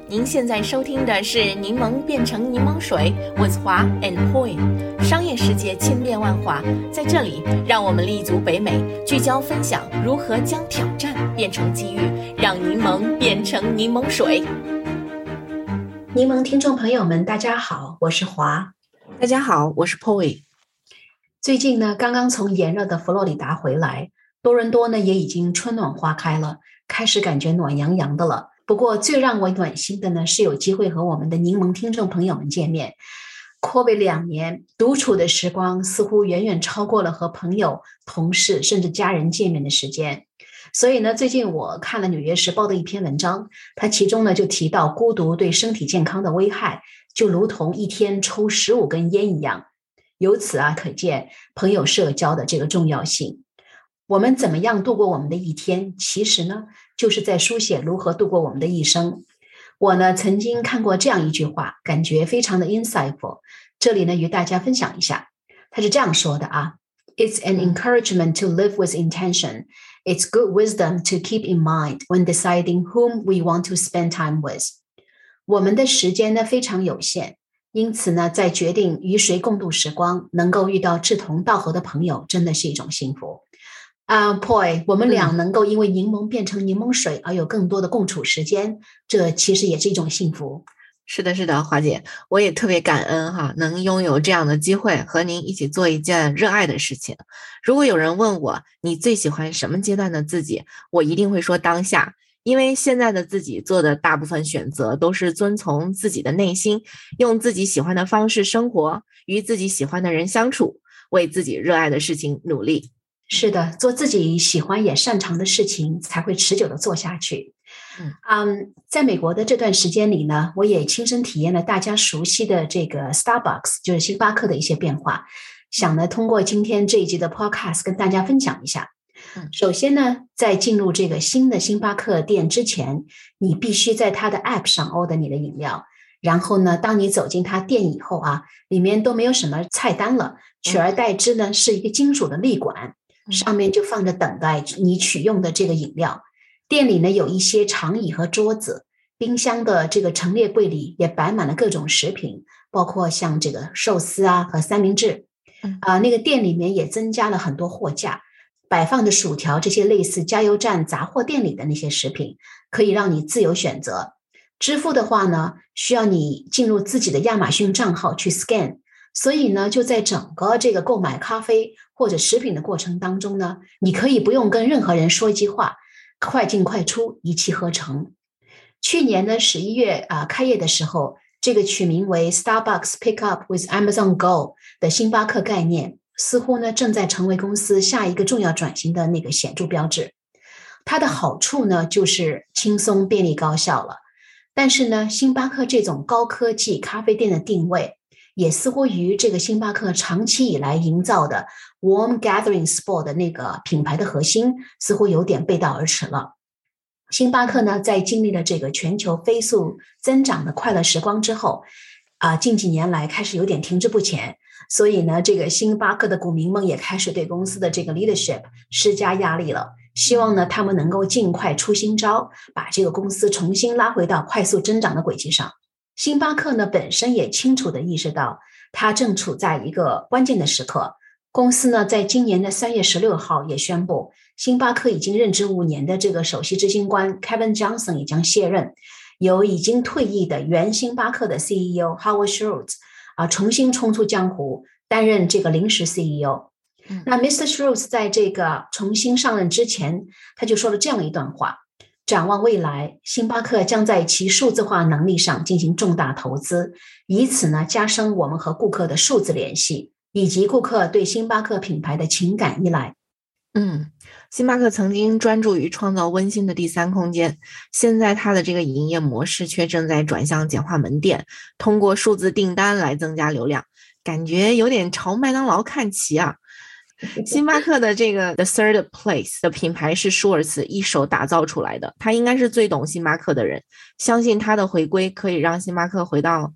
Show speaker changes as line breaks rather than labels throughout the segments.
您现在收听的是柠檬变成柠檬水 with 华 and Poi。 商业世界千变万化，在这里让我们立足北美，聚焦分享如何将挑战变成机遇，让柠檬变成柠檬水。
柠檬听众朋友们大家好，我是华。
大家好，我是 Poi。
最近呢，刚刚从炎热的佛罗里达回来，多伦多呢也已经春暖花开了，开始感觉暖洋洋的了。不过最让我暖心的呢，是有机会和我们的柠檬听众朋友们见面。COVID 2年，独处的时光似乎远远超过了和朋友、同事甚至家人见面的时间。所以呢，最近我看了《纽约时报》的一篇文章，它其中呢就提到孤独对身体健康的危害，就如同一天抽15根烟一样。由此可见朋友社交的这个重要性。我们怎么样度过我们的一天，其实呢就是在书写如何度过我们的一生。我呢曾经看过这样一句话，感觉非常的 insightful， 这里呢与大家分享一下。他是这样说的It's an encouragement to live with intention. It's good wisdom to keep in mind when deciding whom we want to spend time with. 我们的时间呢非常有限，因此呢在决定与谁共度时光，能够遇到志同道合的朋友真的是一种幸福。Poi， 我们俩能够因为柠檬变成柠檬水而有更多的共处时间，这其实也是一种幸福。
是的，华姐，我也特别感恩能拥有这样的机会和您一起做一件热爱的事情。如果有人问我你最喜欢什么阶段的自己，我一定会说当下，因为现在的自己做的大部分选择都是遵从自己的内心，用自己喜欢的方式生活，与自己喜欢的人相处，为自己热爱的事情努力。
是的，做自己喜欢也擅长的事情才会持久的做下去。在美国的这段时间里呢，我也亲身体验了大家熟悉的这个 Starbucks， 就是星巴克的一些变化，想呢通过今天这一集的 podcast 跟大家分享一下。首先呢，在进入这个新的星巴克店之前，你必须在它的 app 上 order 你的饮料，然后呢当你走进它店以后里面都没有什么菜单了，取而代之呢是一个金属的立管，上面就放着等待你取用的这个饮料。店里呢有一些长椅和桌子，冰箱的这个陈列柜里也摆满了各种食品，包括像这个寿司和三明治。那个店里面也增加了很多货架，摆放着薯条，这些类似加油站杂货店里的那些食品，可以让你自由选择。支付的话呢，需要你进入自己的亚马逊账号去 scan， 所以呢就在整个这个购买咖啡或者食品的过程当中呢，你可以不用跟任何人说一句话，快进快出，一气呵成。去年的11月开业的时候，这个取名为 Starbucks Pick Up with Amazon Go 的星巴克概念，似乎呢正在成为公司下一个重要转型的那个显著标志。它的好处呢就是轻松、便利、高效了。但是呢，星巴克这种高科技咖啡店的定位，也似乎与这个星巴克长期以来营造的 Warm Gathering Spot 的那个品牌的核心似乎有点背道而驰了。星巴克呢，在经历了这个全球飞速增长的快乐时光之后，近几年来开始有点停滞不前，所以呢，这个星巴克的股民们也开始对公司的这个 leadership 施加压力了，希望呢他们能够尽快出新招，把这个公司重新拉回到快速增长的轨迹上。星巴克呢本身也清楚地意识到，它正处在一个关键的时刻。公司呢在今年的3月16号也宣布，星巴克已经任职5年的这个首席执行官 Kevin Johnson 也将卸任，由已经退役的原星巴克的 CEO Howard Schultz重新冲出江湖，担任这个临时 CEO。那 Mr. Schultz 在这个重新上任之前，他就说了这样一段话：展望未来，星巴克将在其数字化能力上进行重大投资，以此呢加深我们和顾客的数字联系，以及顾客对星巴克品牌的情感依赖。
星巴克曾经专注于创造温馨的第三空间，现在它的这个营业模式却正在转向简化门店，通过数字订单来增加流量，感觉有点朝麦当劳看齐星巴克的这个 The Third Place 的品牌是舒尔茨一手打造出来的，他应该是最懂星巴克的人，相信他的回归可以让星巴克回到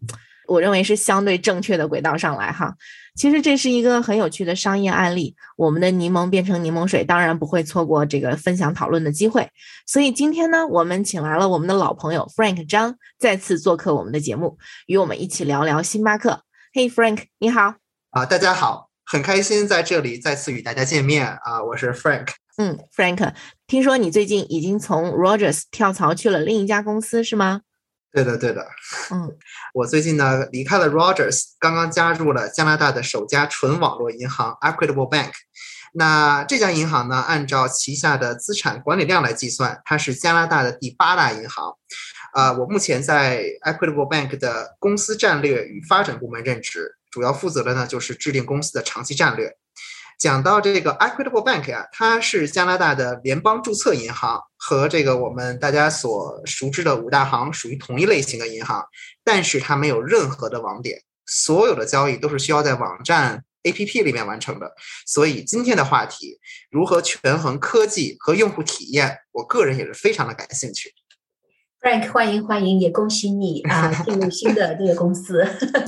我认为是相对正确的轨道上来哈。其实这是一个很有趣的商业案例，我们的柠檬变成柠檬水当然不会错过这个分享讨论的机会。所以今天呢，我们请来了我们的老朋友 Frank 张再次做客我们的节目，与我们一起聊聊星巴克。Hey Frank， 你好。
大家好，很开心在这里再次与大家见面我是 Frank。
Frank， 听说你最近已经从 Rogers 跳槽去了另一家公司是吗？
对的。我最近呢离开了 Rogers， 刚刚加入了加拿大的首家纯网络银行 Equitable Bank。那这家银行呢，按照旗下的资产管理量来计算，它是加拿大的第8大银行。我目前在 Equitable Bank 的公司战略与发展部门任职，主要负责的呢就是制定公司的长期战略。讲到这个 Equitable Bank 啊，它是加拿大的联邦注册银行，和这个我们大家所熟知的5大行属于同一类型的银行，但是它没有任何的网点，所有的交易都是需要在网站 APP 里面完成的。所以今天的话题，如何权衡科技和用户体验，我个人也是非常的感兴趣。
Frank， 欢迎，也恭喜你进入新的这个公司。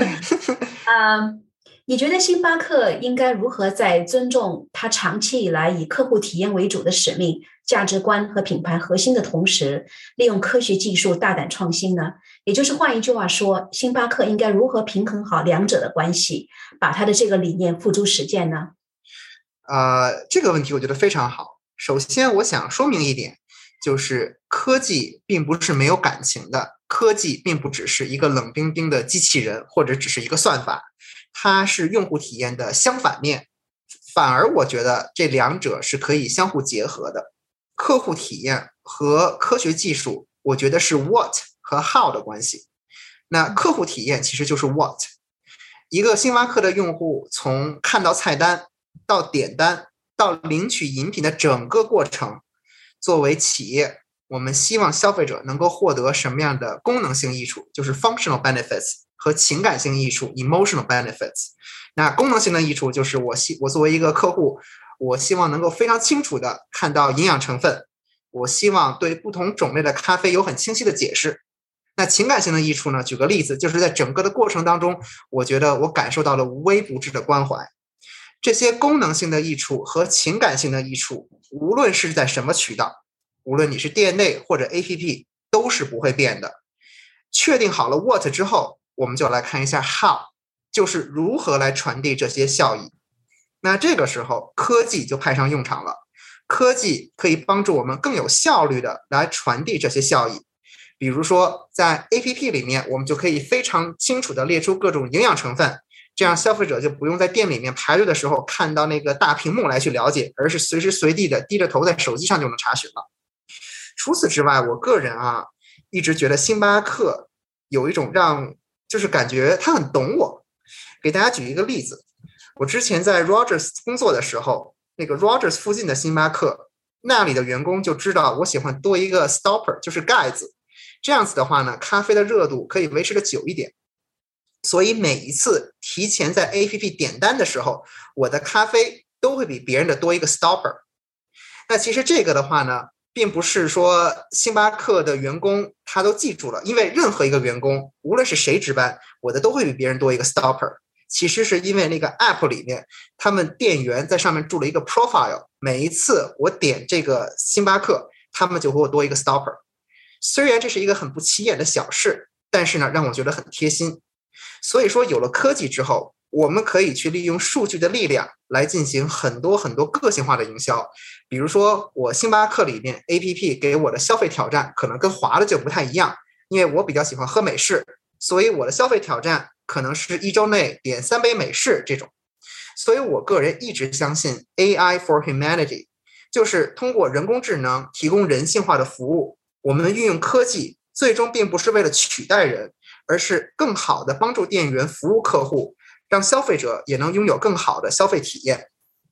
你觉得星巴克应该如何在尊重它长期以来以客户体验为主的使命、价值观和品牌核心的同时，利用科学技术大胆创新呢？也就是换一句话说，星巴克应该如何平衡好两者的关系，把它的这个理念付诸实践呢？
这个问题我觉得非常好。首先我想说明一点，就是科技并不是没有感情的，科技并不只是一个冷冰冰的机器人，或者只是一个算法，它是用户体验的相反面。反而我觉得这两者是可以相互结合的。客户体验和科学技术，我觉得是 what 和 how 的关系。那客户体验其实就是 what。一个星巴克的用户从看到菜单到点单到领取饮品的整个过程，作为企业，我们希望消费者能够获得什么样的功能性益处，就是 functional benefits， 和情感性益处 emotional benefits。 那功能性的益处就是我作为一个客户，我希望能够非常清楚的看到营养成分，我希望对不同种类的咖啡有很清晰的解释。那情感性的益处呢，举个例子，就是在整个的过程当中，我觉得我感受到了无微不至的关怀。这些功能性的益处和情感性的益处，无论是在什么渠道，无论你是店内或者 APP， 都是不会变的。确定好了 what 之后，我们就来看一下 how， 就是如何来传递这些效益。那这个时候科技就派上用场了，科技可以帮助我们更有效率的来传递这些效益。比如说在 APP 里面，我们就可以非常清楚的列出各种营养成分，这样消费者就不用在店里面排队的时候看到那个大屏幕来去了解，而是随时随地的低着头在手机上就能查询了。除此之外，我个人一直觉得星巴克有一种就是感觉他很懂我。给大家举一个例子，我之前在 Rogers 工作的时候，那个 Rogers 附近的星巴克，那里的员工就知道我喜欢多一个 stopper， 就是盖子。这样子的话呢，咖啡的热度可以维持的久一点。所以每一次提前在 APP 点单的时候，我的咖啡都会比别人的多一个 stopper。 那其实这个的话呢，并不是说星巴克的员工他都记住了，因为任何一个员工无论是谁值班，我的都会比别人多一个 stopper。 其实是因为那个 app 里面他们店员在上面注了一个 profile， 每一次我点这个星巴克，他们就会多一个 stopper。 虽然这是一个很不起眼的小事，但是呢让我觉得很贴心。所以说有了科技之后，我们可以去利用数据的力量来进行很多个性化的营销。比如说我星巴克里面 APP 给我的消费挑战可能跟华的就不太一样，因为我比较喜欢喝美式，所以我的消费挑战可能是1周内点3杯美式这种。所以我个人一直相信 AI for Humanity， 就是通过人工智能提供人性化的服务。我们运用科技最终并不是为了取代人，而是更好的帮助店员服务客户，让消费者也能拥有更好的消费体验。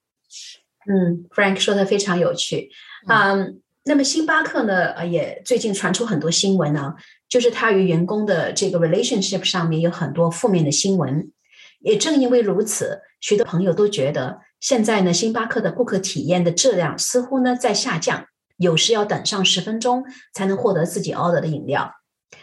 Frank 说的非常有趣。那么星巴克呢，也最近传出很多新闻呢，就是他与员工的这个 relationship 上面有很多负面的新闻。也正因为如此，许多朋友都觉得现在呢，星巴克的顾客体验的质量似乎呢在下降，有时要等上10分钟才能获得自己 order 的饮料。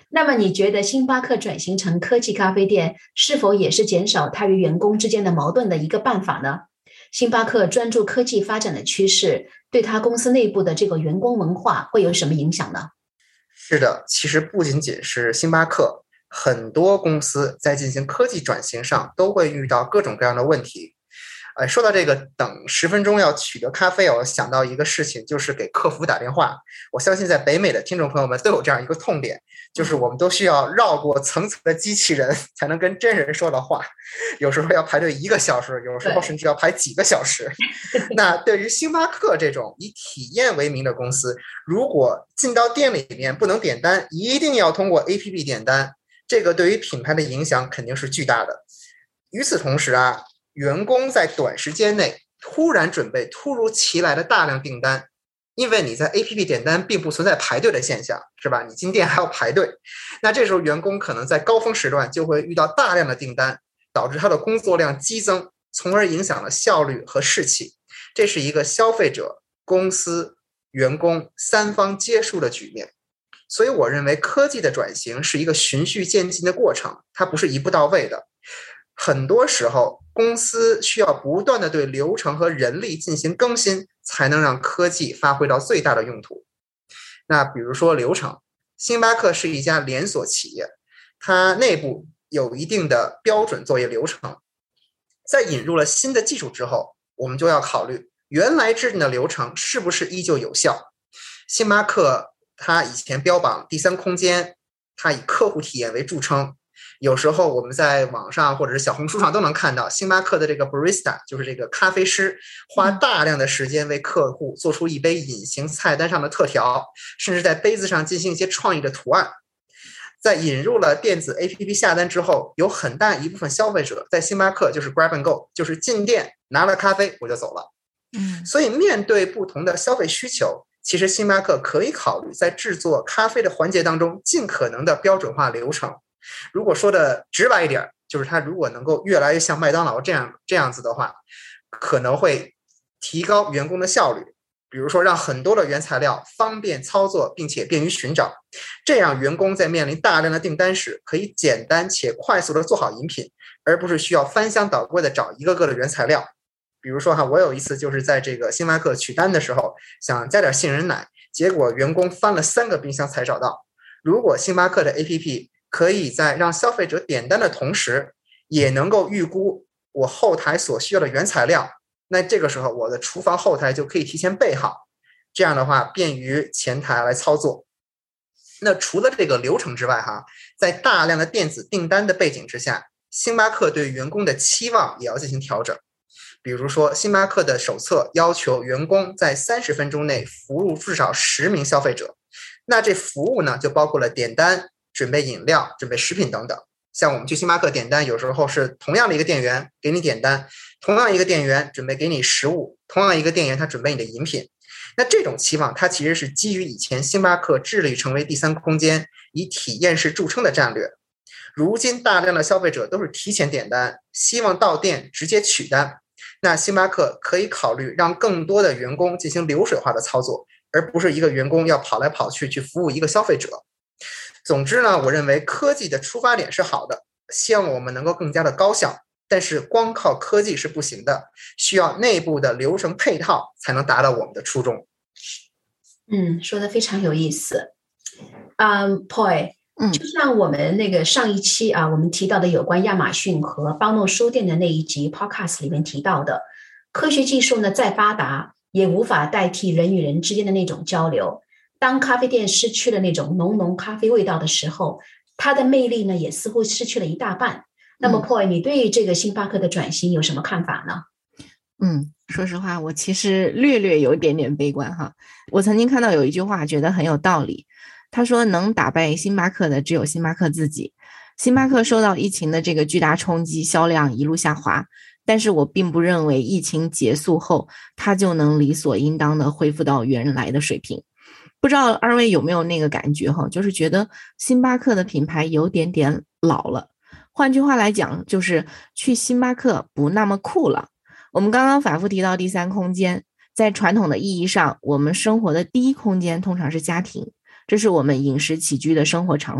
那么你觉得星巴克转型成科技咖啡店，是否也是减少它与员工之间的矛盾的一个办法呢？星巴克专注科技发展的趋势，对它公司内部的这个员工文化会有什么影响呢？
是的，其实不仅仅是星巴克，很多公司在进行科技转型上都会遇到各种各样的问题。说到这个等10分钟要取得咖啡，我想到一个事情，就是给客服打电话。我相信在北美的听众朋友们都有这样一个痛点，就是我们都需要绕过层层的机器人才能跟真人说的话，有时候要排队1个小时，有时候甚至要排几个小时。那对于星巴克这种以体验为名的公司，如果进到店里面不能点单，一定要通过 APP 点单，这个对于品牌的影响肯定是巨大的。与此同时啊，员工在短时间内突然准备突如其来的大量订单，因为你在 APP 点单并不存在排队的现象，是吧？你进店还要排队，那这时候员工可能在高峰时段就会遇到大量的订单，导致他的工作量激增，从而影响了效率和士气。这是一个消费者、公司、员工3方皆输的局面。所以我认为科技的转型是一个循序渐进的过程，它不是一步到位的。很多时候公司需要不断的对流程和人力进行更新，才能让科技发挥到最大的用途。那比如说流程，星巴克是一家连锁企业，它内部有一定的标准作业流程。在引入了新的技术之后，我们就要考虑原来制定的流程是不是依旧有效。星巴克它以前标榜第3空间，它以客户体验为著称。有时候我们在网上或者是小红书上都能看到星巴克的这个 barista， 就是这个咖啡师，花大量的时间为客户做出一杯隐形菜单上的特调，甚至在杯子上进行一些创意的图案。在引入了电子 APP 下单之后，有很大一部分消费者在星巴克就是 grab and go， 就是进店拿了咖啡我就走了。所以面对不同的消费需求，其实星巴克可以考虑在制作咖啡的环节当中尽可能的标准化流程。如果说的直白一点，就是它如果能够越来越像麦当劳这样子的话，可能会提高员工的效率。比如说让很多的原材料方便操作并且便于寻找，这样员工在面临大量的订单时可以简单且快速的做好饮品，而不是需要翻箱倒柜的找一个个的原材料。比如说我有一次就是在这个星巴克取单的时候想加点杏仁奶，结果员工翻了3个冰箱才找到。如果星巴克的 APP 可以在让消费者点单的同时，也能够预估我后台所需要的原材料，那这个时候我的厨房后台就可以提前备好，这样的话便于前台来操作。那除了这个流程之外在大量的电子订单的背景之下，星巴克对员工的期望也要进行调整。比如说星巴克的手册要求员工在30分钟内服务至少10名消费者，那这服务呢就包括了点单、准备饮料、准备食品等等。像我们去星巴克点单，有时候是同样的一个店员给你点单，同样一个店员准备给你食物，同样一个店员他准备你的饮品。那这种期望它其实是基于以前星巴克致力成为第3空间，以体验式著称的战略。如今大量的消费者都是提前点单，希望到店直接取单，那星巴克可以考虑让更多的员工进行流水化的操作，而不是一个员工要跑来跑去服务一个消费者。总之呢，我认为科技的出发点是好的，希望我们能够更加的高效，但是光靠科技是不行的，需要内部的流程配套才能达到我们的初衷。
说得非常有意思。Poi，就像我们那个上一期我们提到的有关亚马逊和邦诺书店的那一集 podcast 里面提到的，科学技术呢再发达也无法代替人与人之间的那种交流。当咖啡店失去了那种浓浓咖啡味道的时候，它的魅力呢也似乎失去了一大半。那么 Poi， 你对这个星巴克的转型有什么看法呢？
说实话，我其实略有一点点悲观我曾经看到有一句话觉得很有道理，他说能打败星巴克的只有星巴克自己。星巴克受到疫情的这个巨大冲击，销量一路下滑，但是我并不认为疫情结束后它就能理所应当的恢复到原来的水平。不知道二位有没有那个感觉就是觉得星巴克的品牌有点点老了，换句话来讲就是去星巴克不那么酷了。我们刚刚反复提到第3空间，在传统的意义上，我们生活的第一空间通常是家庭，这是我们饮食起居的生活场所。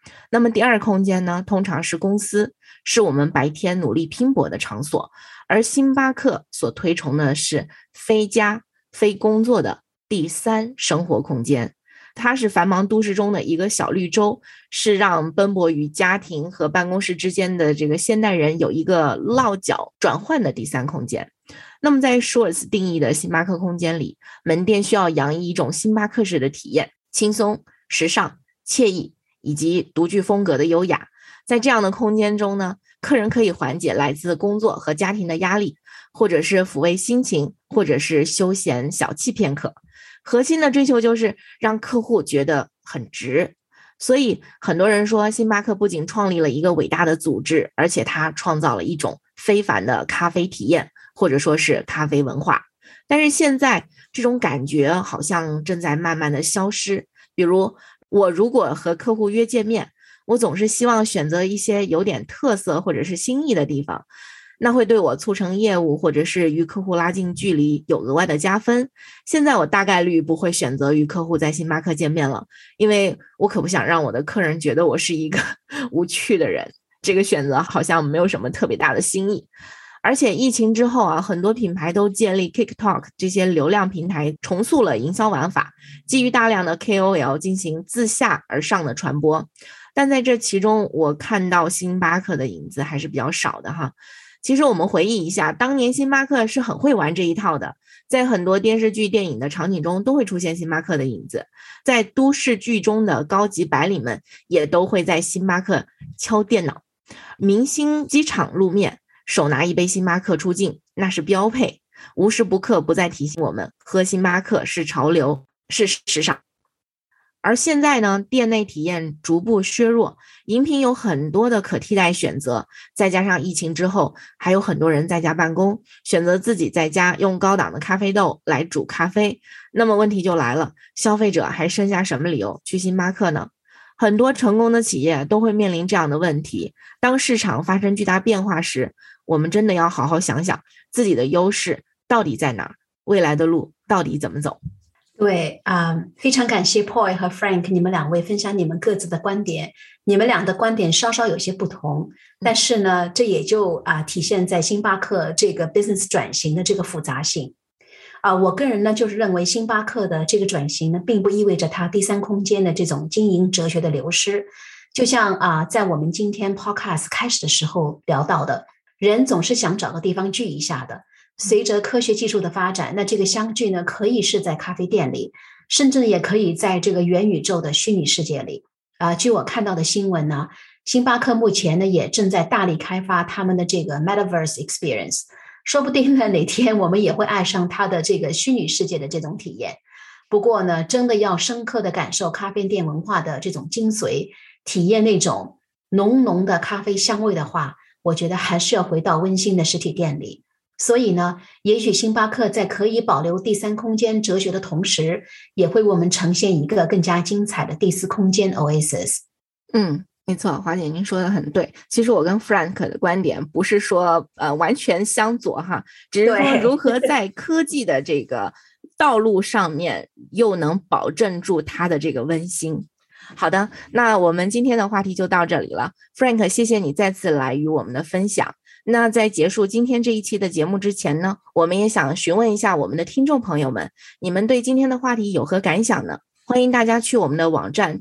那么第二空间呢，通常是公司，是我们白天努力拼搏的场所，而星巴克所推崇的是非家非工作的第三生活空间。它是繁忙都市中的一个小绿洲，是让奔波于家庭和办公室之间的这个现代人有一个落脚转换的第三空间。那么在 Schwartz 定义的星巴克空间里，门店需要洋溢一种星巴克式的体验，轻松、时尚、惬意以及独具风格的优雅。在这样的空间中呢，客人可以缓解来自工作和家庭的压力，或者是抚慰心情，或者是休闲小憩片刻。核心的追求就是让客户觉得很值。所以很多人说，星巴克不仅创立了一个伟大的组织，而且它创造了一种非凡的咖啡体验，或者说是咖啡文化。但是现在这种感觉好像正在慢慢的消失。比如我如果和客户约见面，我总是希望选择一些有点特色或者是新意的地方，那会对我促成业务或者是与客户拉近距离有额外的加分。现在我大概率不会选择与客户在星巴克见面了，因为我可不想让我的客人觉得我是一个无趣的人。这个选择好像没有什么特别大的新意。而且疫情之后啊，很多品牌都建立 TikTok 这些流量平台，重塑了营销玩法，基于大量的 KOL 进行自下而上的传播。但在这其中，我看到星巴克的影子还是比较少的哈。其实我们回忆一下，当年星巴克是很会玩这一套的，在很多电视剧、电影的场景中都会出现星巴克的影子，在都市剧中的高级白领们也都会在星巴克敲电脑，明星机场露面手拿一杯星巴克出镜，那是标配，无时不刻不再提醒我们喝星巴克是潮流，是时尚。而现在呢，店内体验逐步削弱，饮品有很多的可替代选择，再加上疫情之后，还有很多人在家办公，选择自己在家用高档的咖啡豆来煮咖啡。那么问题就来了，消费者还剩下什么理由去星巴克呢？很多成功的企业都会面临这样的问题。当市场发生巨大变化时，我们真的要好好想想自己的优势到底在哪，未来的路到底怎么走。
对非常感谢 Paul 和 Frank 你们两位分享你们各自的观点。你们俩的观点稍稍有些不同，但是呢，这也就体现在星巴克这个 business 转型的这个复杂性。我个人呢就是认为星巴克的这个转型呢，并不意味着它第三空间的这种经营哲学的流失。就像在我们今天 podcast 开始的时候聊到的，人总是想找个地方聚一下的。随着科学技术的发展，那这个相聚呢，可以是在咖啡店里，甚至也可以在这个元宇宙的虚拟世界里。据我看到的新闻呢，星巴克目前呢也正在大力开发他们的这个 Metaverse Experience， 说不定呢哪天我们也会爱上它的这个虚拟世界的这种体验。不过呢，真的要深刻的感受咖啡店文化的这种精髓，体验那种浓浓的咖啡香味的话，我觉得还是要回到温馨的实体店里。所以呢，也许星巴克在可以保留第三空间哲学的同时，也会为我们呈现一个更加精彩的第四空间 Oasis。
没错，华姐您说的很对。其实我跟 Frank 的观点不是说完全相左哈，只是说如何在科技的这个道路上面又能保证住它的这个温馨。好的，那我们今天的话题就到这里了。Frank， 谢谢你再次来与我们的分享。那在结束今天这一期的节目之前呢，我们也想询问一下我们的听众朋友们，你们对今天的话题有何感想呢？欢迎大家去我们的网站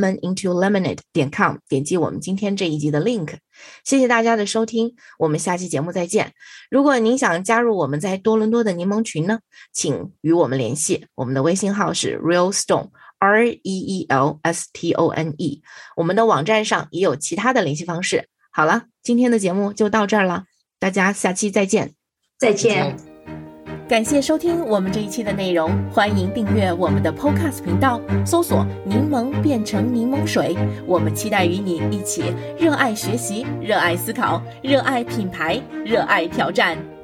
turnlemonintolemonade.com 点击我们今天这一集的 link。 谢谢大家的收听，我们下期节目再见。如果您想加入我们在多伦多的柠檬群呢，请与我们联系，我们的微信号是 realstone REELSTONE， 我们的网站上也有其他的联系方式。好了，今天的节目就到这儿了，大家下期再见。
再见。
感谢收听我们这一期的内容，欢迎订阅我们的 Podcast 频道，搜索柠檬变成柠檬水。我们期待与你一起热爱学习，热爱思考，热爱品牌，热爱挑战。